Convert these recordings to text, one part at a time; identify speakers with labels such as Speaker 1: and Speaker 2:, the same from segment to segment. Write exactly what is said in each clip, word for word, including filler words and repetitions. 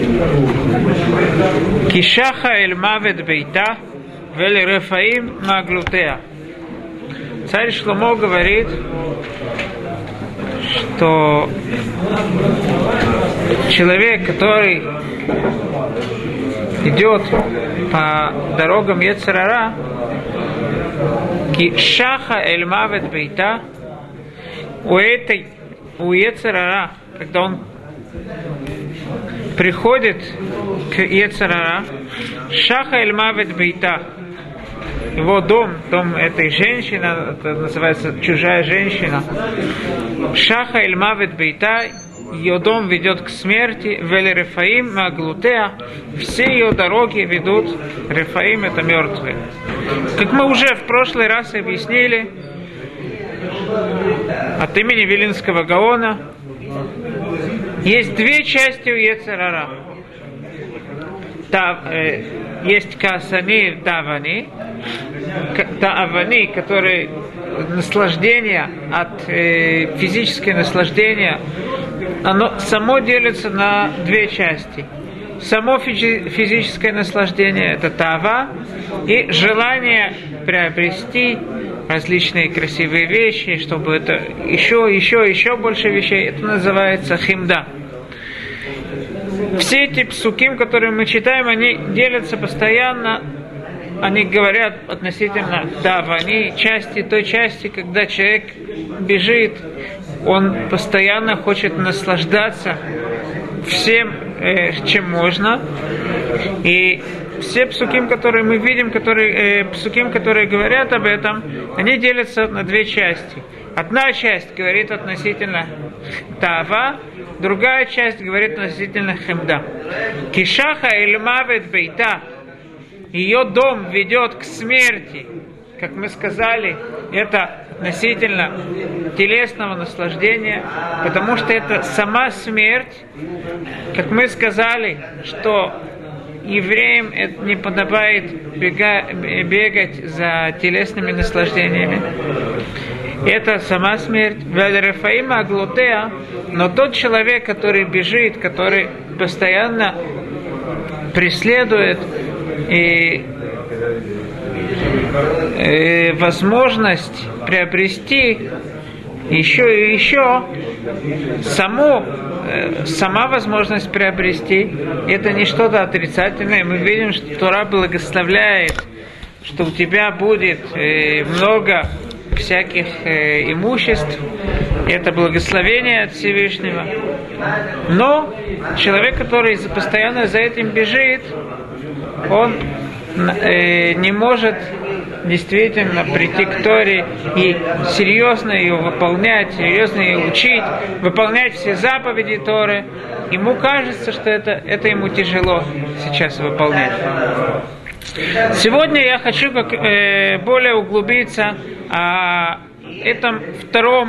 Speaker 1: Кишаха эль мавет бейта вель рефаим маглутеа. Царь Шломо говорит, что человек, который идет по дорогам йецер ара, кишаха эль мавет бейта, у этой, у йецер ара, когда он приходит к йецер ара, шаха эль мавет бейта, его дом, дом этой женщины, это называется чужая женщина, шаха эль мавет бейта, ее дом ведет к смерти, вель рефаим маглутеа, все ее дороги ведут, рефаим это мертвые. Как мы уже в прошлый раз объяснили, от имени Вилинского Гаона, есть две части у йецер ара. Та, э, есть каасани, тавани, таавани, которые наслаждение от э, физическое наслаждение, оно само делится на две части. Само физи- физическое наслаждение это тава, и желание приобрести различные красивые вещи, чтобы это еще, еще, еще больше вещей, это называется химда. Все эти псуким, которые мы читаем, они делятся постоянно, они говорят относительно тавани, части, той части, когда человек бежит, он постоянно хочет наслаждаться всем, э, чем можно. И все псуким, которые мы видим, которые, э, псуким, которые говорят об этом, они делятся на две части. Одна часть говорит относительно тава, другая часть говорит относительно хемда. Кишаха эль мавет бейта, ее дом ведет к смерти, как мы сказали, это относительно телесного наслаждения, потому что это сама смерть, как мы сказали, что евреям это не подобает бега, бегать за телесными наслаждениями. Это сама смерть. Рефаима аглутеа, но тот человек, который бежит, который постоянно преследует и, и возможность приобрести еще и еще саму, сама возможность приобрести, это не что-то отрицательное. Мы видим, что Тора благословляет, что у тебя будет много всяких э, имуществ, это благословение от Всевышнего. Но человек, который постоянно за этим бежит, он э, не может действительно прийти к Торе и серьезно ее выполнять, серьезно ее учить, выполнять все заповеди Торы. Ему кажется, что это, это ему тяжело сейчас выполнять. Сегодня я хочу как, э, более углубиться о этом втором,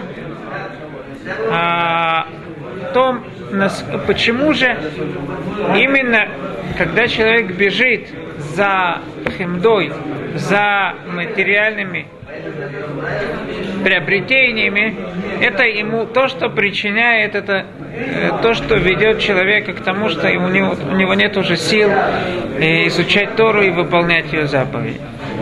Speaker 1: о том, почему же именно когда человек бежит за хемдой, за материальными приобретениями, это ему то, что причиняет, это то, что ведет человека к тому, что у него, у него нет уже сил изучать Тору и выполнять ее заповеди.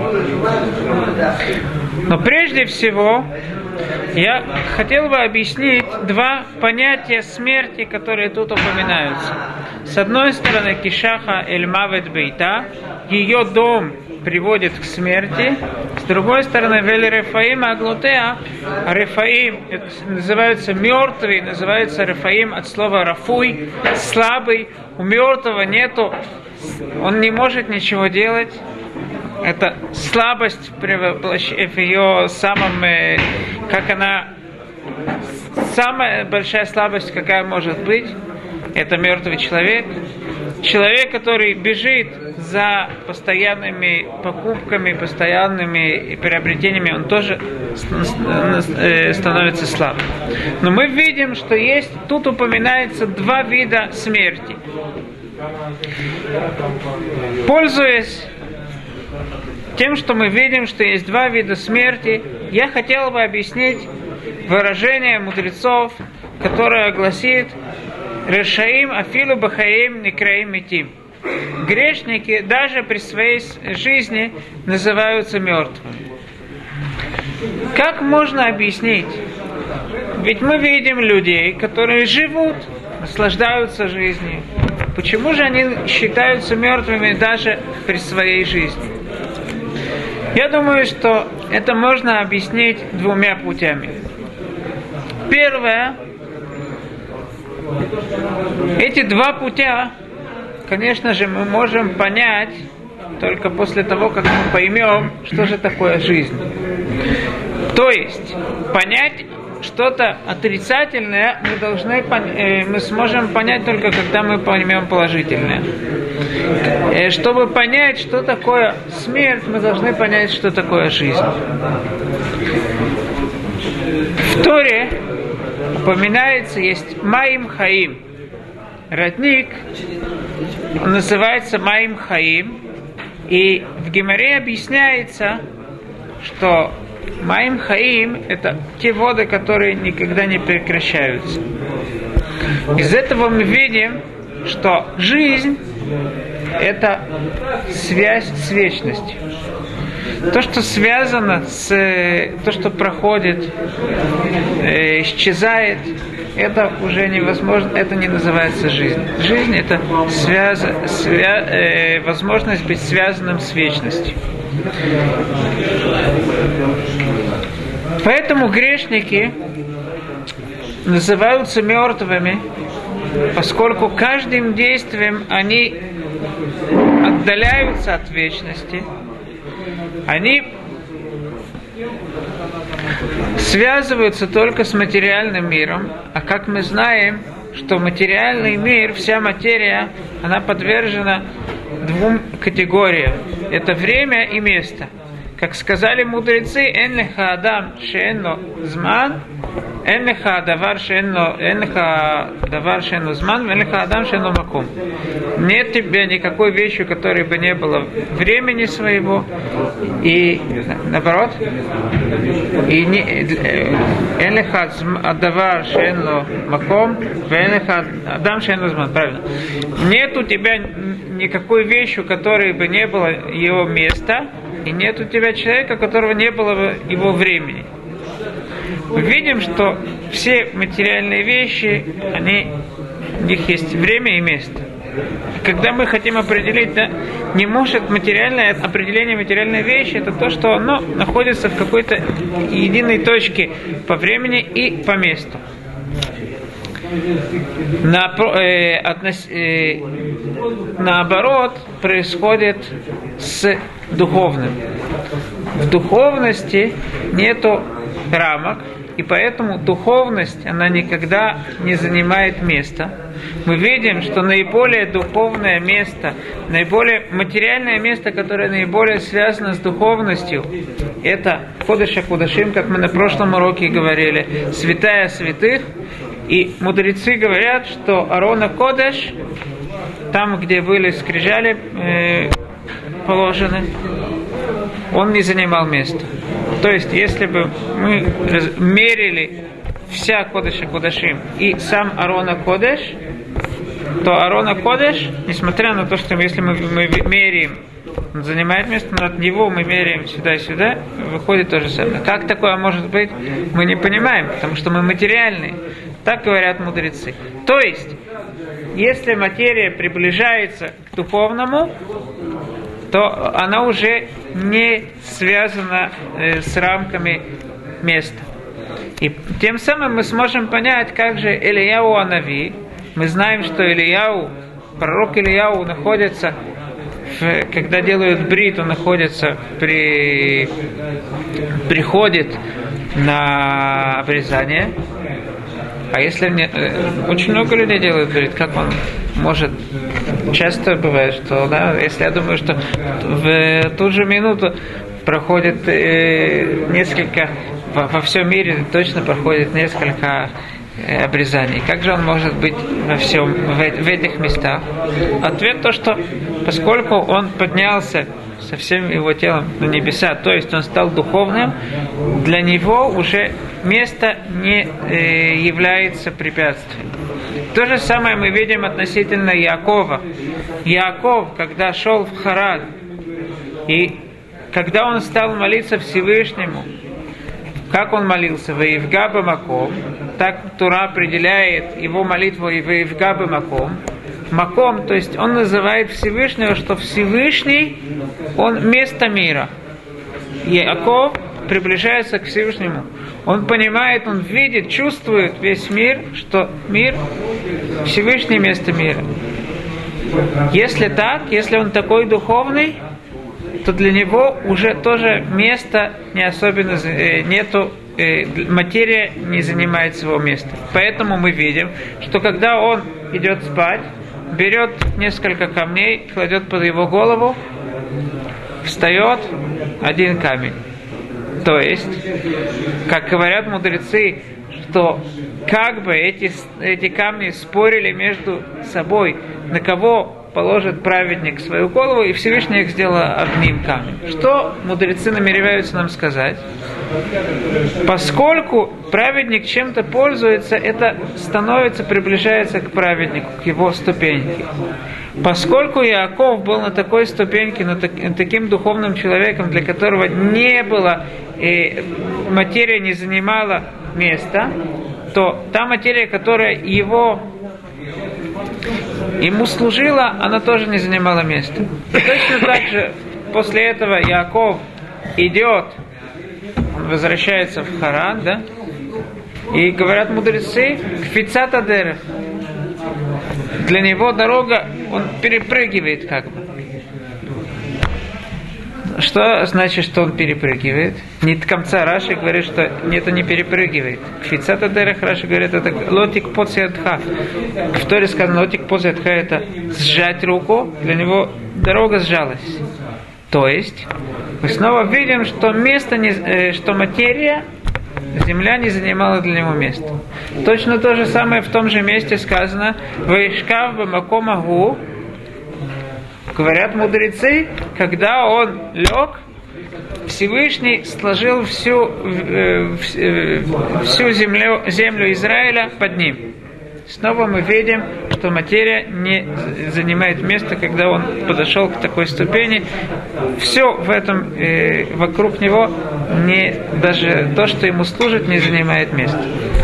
Speaker 1: Но прежде всего я хотел бы объяснить два понятия смерти, которые тут упоминаются. С одной стороны, кишаха эль мавет бейта, ее дом приводит к смерти. С другой стороны, вель рефаим аглутеа, рефаим называются мертвые, называется рефаим от слова рафуй, слабый. У мертвого нету, он не может ничего делать. Это слабость в ее самом, как она, самая большая слабость, какая может быть, это мертвый человек. Человек, который бежит за постоянными покупками, постоянными приобретениями, он тоже становится слабым. Но мы видим, что есть, тут упоминается два вида смерти. Пользуясь тем, что мы видим, что есть два вида смерти, я хотел бы объяснить выражение мудрецов, которое гласит решаим афилу бахаим некраим митим. Грешники даже при своей жизни называются мертвыми. Как можно объяснить? Ведь мы видим людей, которые живут, наслаждаются жизнью. Почему же они считаются мертвыми даже при своей жизни? Я думаю, что это можно объяснить двумя путями. Первое. Эти два путя, конечно же, мы можем понять только после того, как мы поймем, что же такое жизнь. То есть, понять что-то отрицательное мы должны э, мы сможем понять только когда мы поймем положительное. Э, чтобы понять, что такое смерть, мы должны понять, что такое жизнь. В Торе упоминается, есть Маим Хаим. Родник, он называется Маим Хаим. И в Гемаре объясняется, что Маим Хаим – это те воды, которые никогда не прекращаются. Из этого мы видим, что жизнь – это связь с вечностью. То, что связано с... то, что проходит, э, исчезает, это уже невозможно, это не называется жизнь. Жизнь – это связ, свя, э, возможность быть связанным с вечностью. Поэтому грешники называются мертвыми, поскольку каждым действием они отдаляются от вечности, они связываются только с материальным миром, а как мы знаем, что материальный мир, вся материя, она подвержена двум категориям. Это время и место. Как сказали мудрецы, «Эн леха адам шеэнно зман, эн леха давар шеэнно, эн леха давар шеэнно зман, эн леха адам шеэнно маком». Нет тебе никакой вещи, у которой бы не было времени своего, и наоборот, и не «Эн леха давар шеэнно маком, эн леха адам шеэнно зман». Правильно. Нет у тебя никакой вещи, у которой бы не было его места, и нет у тебя человека, у которого не было бы его времени. Мы видим, что все материальные вещи, они, у них есть время и место. Когда мы хотим определить, да, не может материальное определение материальной вещи, это то, что оно находится в какой-то единой точке по времени и по месту. На, э, относ, э, наоборот, происходит с духовным. В духовности нету рамок, и поэтому духовность, она никогда не занимает места. Мы видим, что наиболее духовное место, наиболее материальное место, которое наиболее связано с духовностью, это Кодеш ха-Кодашим, как мы на прошлом уроке говорили, святая святых. И мудрецы говорят, что Арон ха-Кодеш, там, где были скрижали э, положены, он не занимал места. То есть, если бы мы мерили вся Кодеш ха-Кодашим и сам Арон ха-Кодеш, то Арон ха-Кодеш, несмотря на то, что если мы, мы меряем, он занимает место, но от него мы меряем сюда и сюда, выходит то же самое. Как такое может быть, мы не понимаем, потому что мы материальные. Так говорят мудрецы. То есть, если материя приближается к духовному, то она уже не связана э, с рамками места. И тем самым мы сможем понять, как же Элияу Анави. Мы знаем, что Элияу, пророк Элияу находится, в, когда делают брит, он находится при, приходит на обрезание. А если мне, очень много людей делают брит, как он может, часто бывает, что, да, если я думаю, что в ту же минуту проходит э, несколько, во, во всем мире точно проходит несколько э, обрезаний. Как же он может быть во всем, в, в этих местах? Ответ то, что поскольку он поднялся со всем его телом на небеса, то есть он стал духовным, для него уже место не э, является препятствием. то же самое мы видим относительно Яакова. Яаков, когда шел в Харан, и когда он стал молиться Всевышнему, как он молился? «Ваивга бамаком», так Тура определяет его молитву «Ваивга бамаком». Маком, то есть он называет Всевышнего, что Всевышний, он место мира. Яаков приближается к Всевышнему. Он понимает, он видит, чувствует весь мир, что мир – Всевышнее место мира. Если так, если он такой духовный, то для него уже тоже места не особенно нету, материя не занимает своего места. Поэтому мы видим, что когда он идет спать, берет несколько камней, кладет под его голову, встает один камень. То есть, как говорят мудрецы, что как бы эти, эти камни спорили между собой, на кого положит праведник свою голову, и Всевышний их сделал одним камнем. Что мудрецы намереваются нам сказать? Поскольку праведник чем-то пользуется, это становится, приближается к праведнику, к его ступеньке. Поскольку Яаков был на такой ступеньке, на так, таким духовным человеком, для которого не было, и материя не занимала места, то та материя, которая его ему служила, она тоже не занимала места. Точно так же после этого Яаков идет, он возвращается в Харан, да? И говорят мудрецы, кфицат адерех. Для него дорога, он перепрыгивает как бы. Что значит, что он перепрыгивает? Не до конца Раши говорит, что это не перепрыгивает. Кфицат адерех, Раши говорит, это лотик подсядха. В Торе сказано, лотик подсядха это сжать руку, для него дорога сжалась. То есть, мы снова видим, что место, не, что материя, земля не занимала для него места. Точно то же самое в том же месте сказано, «Ваишкав бамаком агу», говорят мудрецы, когда он лег, Всевышний сложил всю, э, всю землю, землю Израиля под ним. Снова мы видим, что материя не занимает места, когда он подошел к такой ступени. Все в этом, э, вокруг него, не, даже то, что ему служит, не занимает места.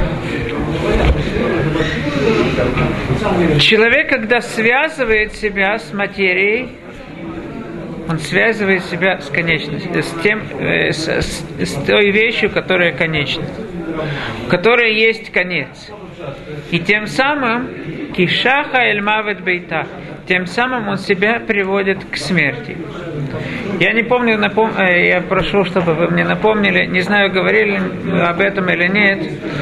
Speaker 1: Человек, когда связывает себя с материей, он связывает себя с конечностью, с, тем, э, с, с, с той вещью, которая конечна, у которой есть конец. И тем самым кишаха эль мавет бейта, тем самым он себя приводит к смерти. Я не помню, напом... я прошу, чтобы вы мне напомнили, не знаю, говорили об этом или нет.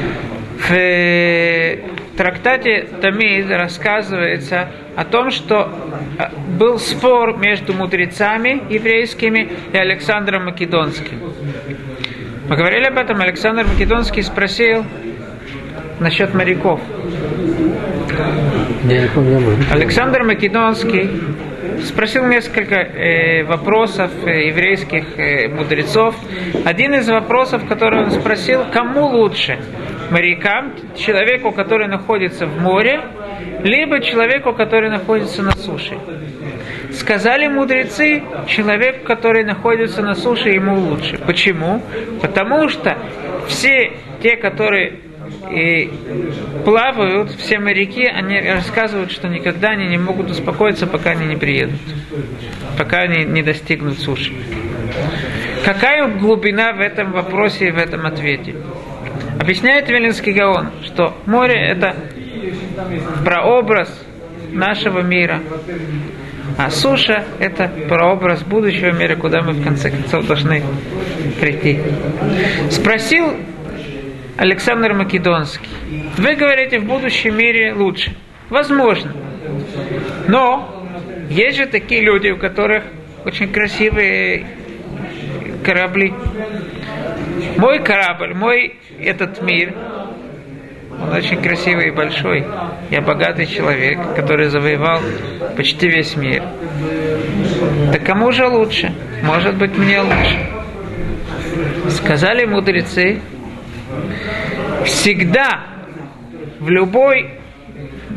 Speaker 1: В трактате Тамид рассказывается о том, что был спор между мудрецами еврейскими и Александром Македонским. Мы говорили об этом, Александр Македонский спросил насчет моряков. Александр Македонский спросил несколько э, вопросов э, еврейских э, мудрецов. Один из вопросов, который он спросил, кому лучше? Морякам, человеку, который находится в море, либо человеку, который находится на суше. Сказали мудрецы, человек, который находится на суше, ему лучше. Почему? Потому что все те, которые и плавают, все моряки, они рассказывают, что никогда они не могут успокоиться, пока они не приедут, пока они не достигнут суши. Какая глубина в этом вопросе и в этом ответе? Объясняет Вилнинский Гаон, что море – это прообраз нашего мира, а суша – это прообраз будущего мира, куда мы в конце концов должны прийти. Спросил Александр Македонский: вы говорите, в будущем мире лучше. Возможно. Но есть же такие люди, у которых очень красивые корабли. Мой корабль, мой этот мир, он очень красивый и большой. Я богатый человек, который завоевал почти весь мир. Так кому же лучше? Может быть, мне лучше. Сказали мудрецы, всегда в любой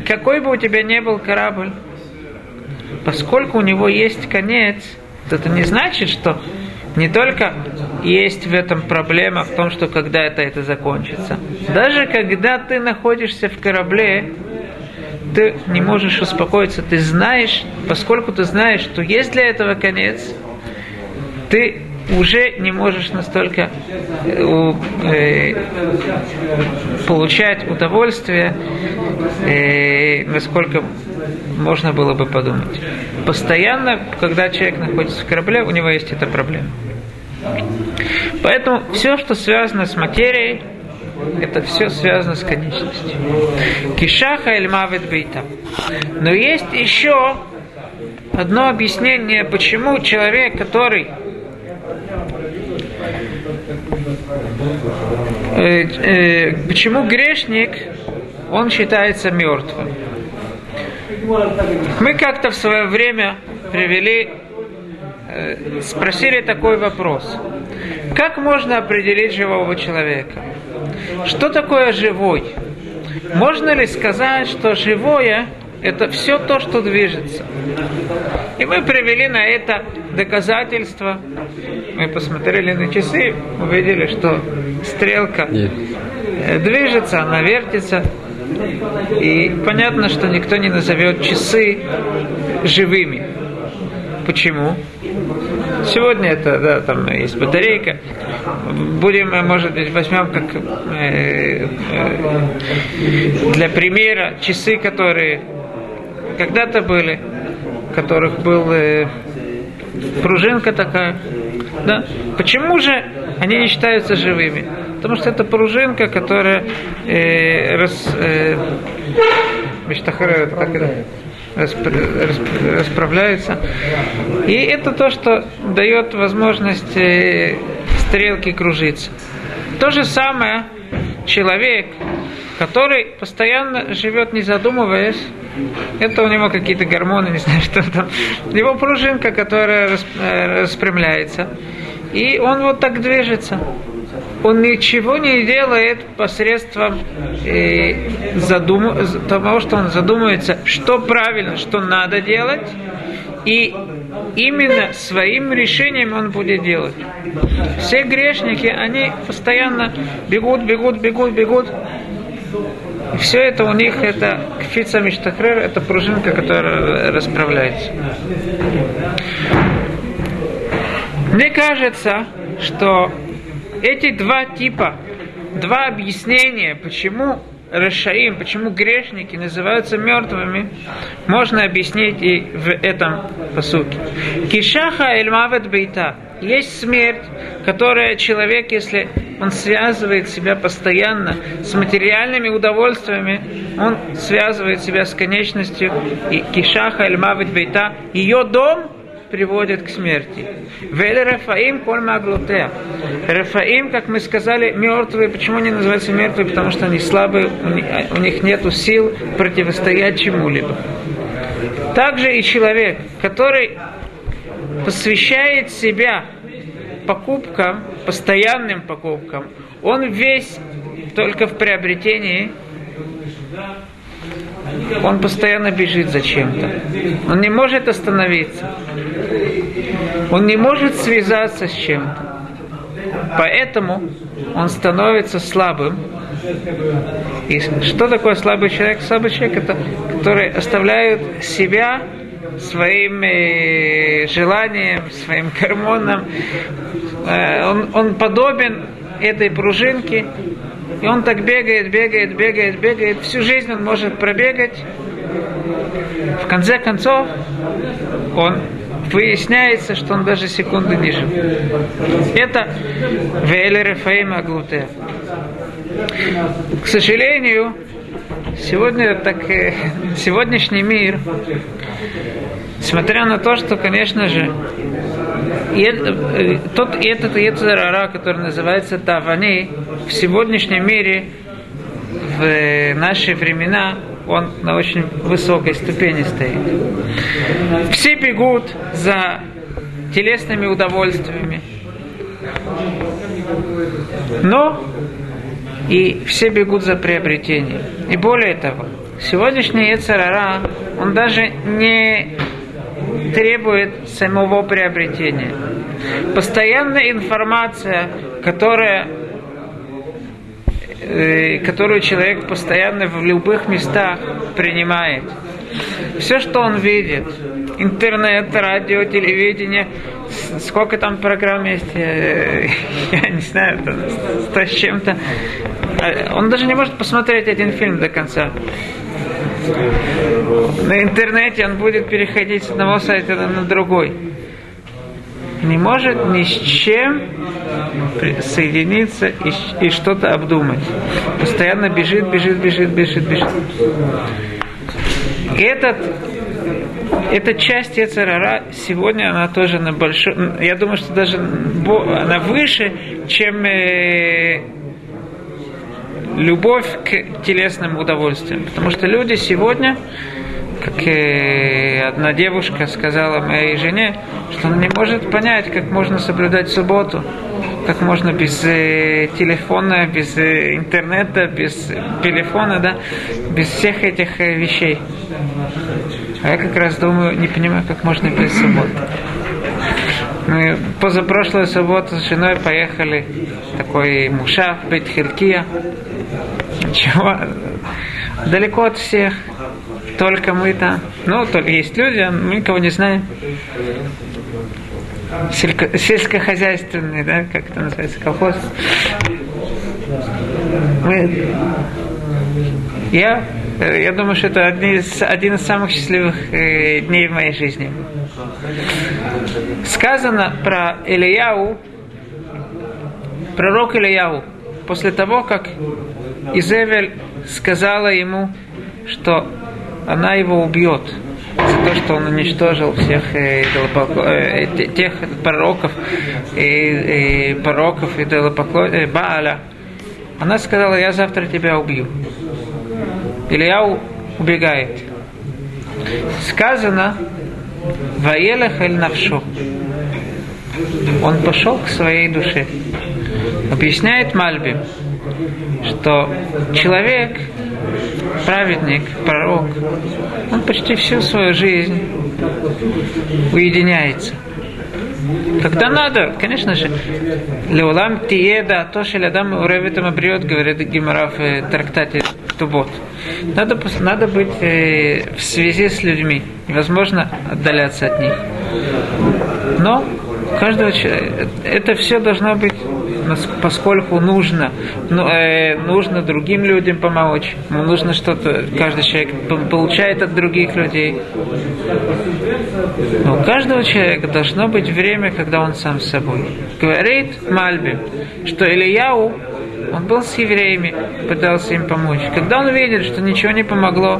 Speaker 1: какой бы у тебя ни был корабль, поскольку у него есть конец, это не значит, что не только есть в этом проблема в том, что когда-то это закончится. Даже когда ты находишься в корабле, ты не можешь успокоиться, ты знаешь, поскольку ты знаешь, что есть для этого конец, ты уже не можешь настолько э, э, получать удовольствие, э, насколько можно было бы подумать. Постоянно, когда человек находится в корабле, у него есть эта проблема. Поэтому все, что связано с материей, это все связано с конечностью. Кишаха эль мавет бейта. Но есть еще одно объяснение, почему человек, который э, э, почему грешник, он считается мертвым. Мы как-то в свое время привели, э, спросили такой вопрос. Как можно определить живого человека? Что такое живой? Можно ли сказать, что живое – это все то, что движется? И мы привели на это доказательства. Мы посмотрели на часы, увидели, что стрелка движется, она вертится. И понятно, что никто не назовет часы живыми. Почему? Сегодня это, да, там есть батарейка. Будем, может быть, возьмем как э, э, для примера часы, которые когда-то были, в которых была э, пружинка такая. Да? Почему же они не считаются живыми? Потому что это пружинка, которая э, рас, э, расправляется. И это то, что дает возможность э, стрелке кружиться. То же самое человек, который постоянно живет, не задумываясь, это у него какие-то гормоны, не знаю, что там. Его пружинка, которая рас, э, распрямляется. И он вот так движется. Он ничего не делает посредством э, задум... того, что он задумывается, что правильно, что надо делать, и именно своим решением он будет делать. Все грешники, они постоянно бегут, бегут, бегут, бегут. И все это у них, это кфица миштахрер, это пружинка, которая расправляется. Мне кажется, что эти два типа, два объяснения, почему рашаим, почему грешники называются мертвыми, можно объяснить и в этом пасуке. Кишаха эль мавет бейта. Есть смерть, которая человек, если он связывает себя постоянно с материальными удовольствиями, он связывает себя с конечностью, и кишаха эль мавет бейта, ее дом приводит к смерти. Вель Рафаим коль маглутеа. Рафаим, как мы сказали, мертвые. Почему они называются мертвые? Потому что они слабые, у них нет сил противостоять чему-либо. Также и человек, который посвящает себя покупкам, постоянным покупкам, он весь только в приобретении, он постоянно бежит за чем-то. Он не может остановиться. Он не может связаться с чем-то. Поэтому он становится слабым. И что такое слабый человек? Слабый человек – это который оставляет себя своим э, желанием, своим гормоном. Э, он, он подобен этой пружинке. И он так бегает, бегает, бегает, бегает. Всю жизнь он может пробегать. В конце концов, он выясняется, что он даже секунды не жил. Это Веэль Рафаим Аглуте. К сожалению, сегодня так, сегодняшний мир, несмотря на то, что, конечно же, и тот, этот Йецер Ара, который называется Тавани, в сегодняшнем мире, в наши времена, он на очень высокой ступени стоит. Все бегут за телесными удовольствиями. Но и все бегут за приобретением. И более того, сегодняшний йецер ара, он даже не требует самого приобретения. Постоянная информация, которая, э, которую человек постоянно в любых местах принимает, все, что он видит, интернет, радио, телевидение, сколько там программ есть, я, я не знаю, сто с чем-то. Он даже не может посмотреть один фильм до конца. На интернете он будет переходить с одного сайта на другой. Не может ни с чем соединиться и, и что-то обдумать. Постоянно бежит, бежит, бежит, бежит, бежит. И этот, эта часть йецер ара сегодня она тоже на большой, я думаю, что даже она выше, чем э, любовь к телесным удовольствиям. Потому что люди сегодня, как э, одна девушка сказала моей жене, что она не может понять, как можно соблюдать субботу, как можно без э, телефона, без э, интернета, без телефона, да, без всех этих э, вещей. А я как раз думаю, не понимаю, как можно без субботы. Мы позапрошлую субботу с женой поехали в такой мушав, Бейт-Хилкия. Ничего, далеко от всех, только мы там. Ну, только есть люди, мы никого не знаем. Сельско- сельскохозяйственный, да, как это называется, колхоз. Мы, я, я думаю, что это один из, один из самых счастливых э, дней в моей жизни. Сказано про Илияу, пророк Илияу, после того, как Изевель сказала ему, что она его убьет за то, что он уничтожил всех э, э, тех пророков и, и пророков и э, Бааля. Она сказала: я завтра тебя убью. Илияу убегает. Сказано: Ваелех эль навшо. Он пошел к своей душе. Объясняет Мальби, что человек, праведник, пророк, он почти всю свою жизнь уединяется. Когда надо, конечно же, леулам тиеда, то шелядам уревитам абриот, говорит Гемара в трактате Тубот. Надо, надо быть э, в связи с людьми. Невозможно отдаляться от них. Но каждого человека, это все должно быть, поскольку нужно, ну, э, нужно другим людям помочь, нужно что-то, каждый человек получает от других людей. Но у каждого человека должно быть время, когда он сам с собой. Говорит Мальби, что Илияу, он был с евреями, пытался им помочь. Когда он видит, что ничего не помогло,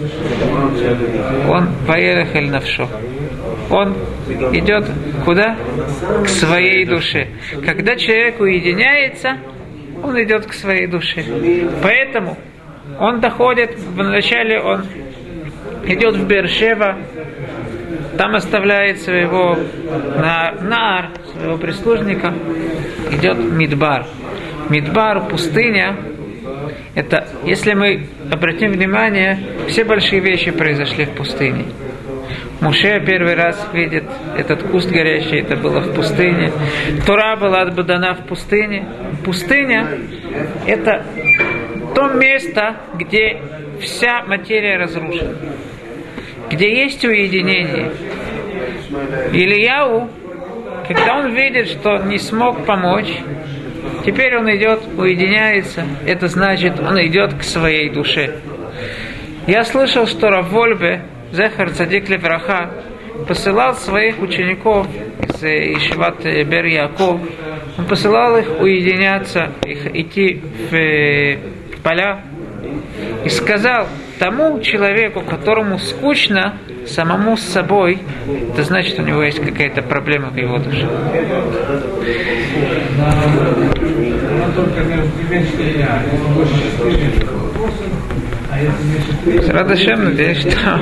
Speaker 1: он поехал навшо. Он идет куда? К своей душе. Когда человек уединяется, он идет к своей душе. Поэтому он доходит, вначале он идет в Беэр-Шева, там оставляет своего Наар, своего прислужника, идет в Мидбар. Мидбар, пустыня, это, если мы обратим внимание, все большие вещи произошли в пустыне. Моше первый раз видит этот куст горящий, это было в пустыне. Тора была дана в пустыне. Пустыня – это то место, где вся материя разрушена, где есть уединение. Илияу, когда он видит, что не смог помочь, теперь он идет, уединяется, это значит, он идет к своей душе. Я слышал, что Рав Вольбе, Зехар Цадик Левраха, посылал своих учеников из Ешиват Бер Яков, он посылал их уединяться, их идти в поля, и сказал тому человеку, которому скучно самому с собой, это значит, у него есть какая-то проблема в его душе. С радостью надеюсь, что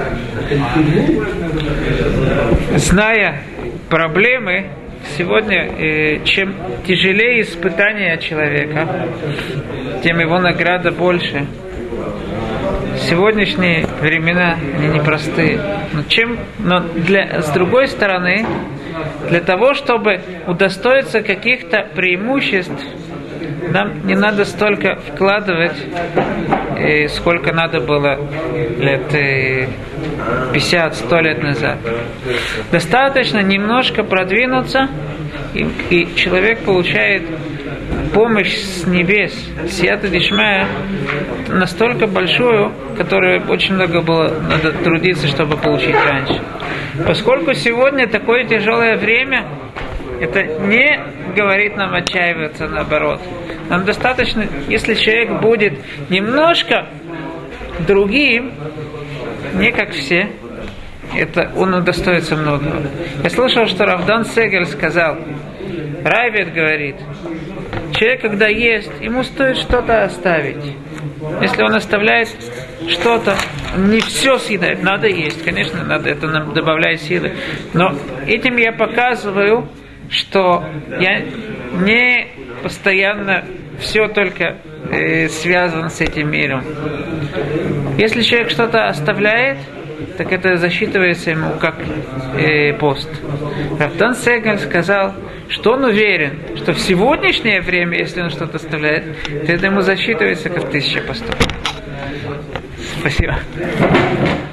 Speaker 1: зная проблемы, сегодня, э, чем тяжелее испытание человека, тем его награда больше. сегодняшние времена, они непростые. Но, чем, но для, с другой стороны, для того, чтобы удостоиться каких-то преимуществ, нам не надо столько вкладывать, э, сколько надо было лет э, пятьдесят-сто лет назад. Достаточно немножко продвинуться, и, и человек получает помощь с небес, сията дишмая, настолько большую, которую очень много было надо трудиться, чтобы получить раньше. Поскольку сегодня такое тяжелое время, это не говорит нам отчаиваться, наоборот. Нам достаточно, если человек будет немножко другим, не как все, это он удостоится многого. Я слышал, что Равдан Сегель сказал, Райвет говорит, человек, когда ест, ему стоит что-то оставить. Если он оставляет что-то, не все съедает, надо есть, конечно, надо, это нам добавляет силы. Но этим я показываю, что я не постоянно все только э, связан с этим миром. Если человек что-то оставляет, так это засчитывается ему как э, пост. Равдан Сегель сказал, что он уверен, что в сегодняшнее время, если он что-то оставляет, то это ему засчитывается как тысяча постов. Спасибо.